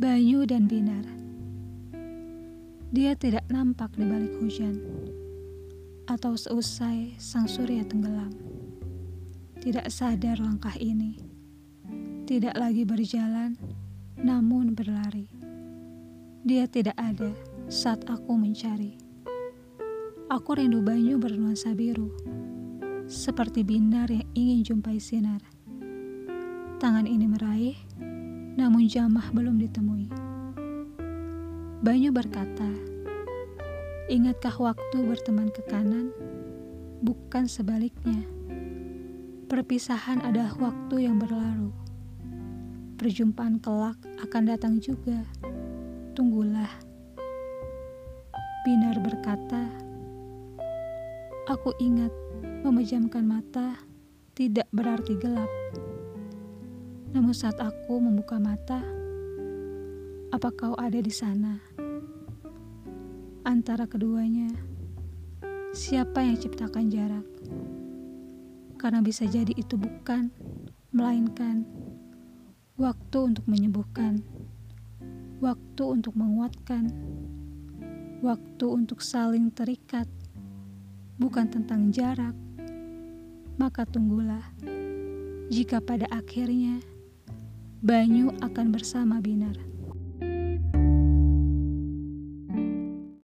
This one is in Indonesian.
Banyu dan Binar. Dia tidak nampak di balik hujan, atau seusai sang surya tenggelam. Tidak sadar langkah ini, tidak lagi berjalan, namun berlari. Dia tidak ada saat aku mencari. Aku rindu banyu bernuansa biru, seperti binar yang ingin jumpai sinar. Tangan ini meraih, namun jamah belum ditemui. Banyu berkata, "Ingatkah waktu berteman ke kanan? Bukan sebaliknya. Perpisahan adalah waktu yang berlalu. Perjumpaan kelak akan datang juga. Tunggulah." Binar berkata, "Aku ingat memejamkan mata tidak berarti gelap. Namun saat aku membuka mata, apa kau ada di sana?" Antara keduanya, siapa yang ciptakan jarak? Karena bisa jadi itu bukan, melainkan waktu untuk menyembuhkan, waktu untuk menguatkan, waktu untuk saling terikat, bukan tentang jarak. Maka tunggulah, jika pada akhirnya Banyu akan bersama Binar.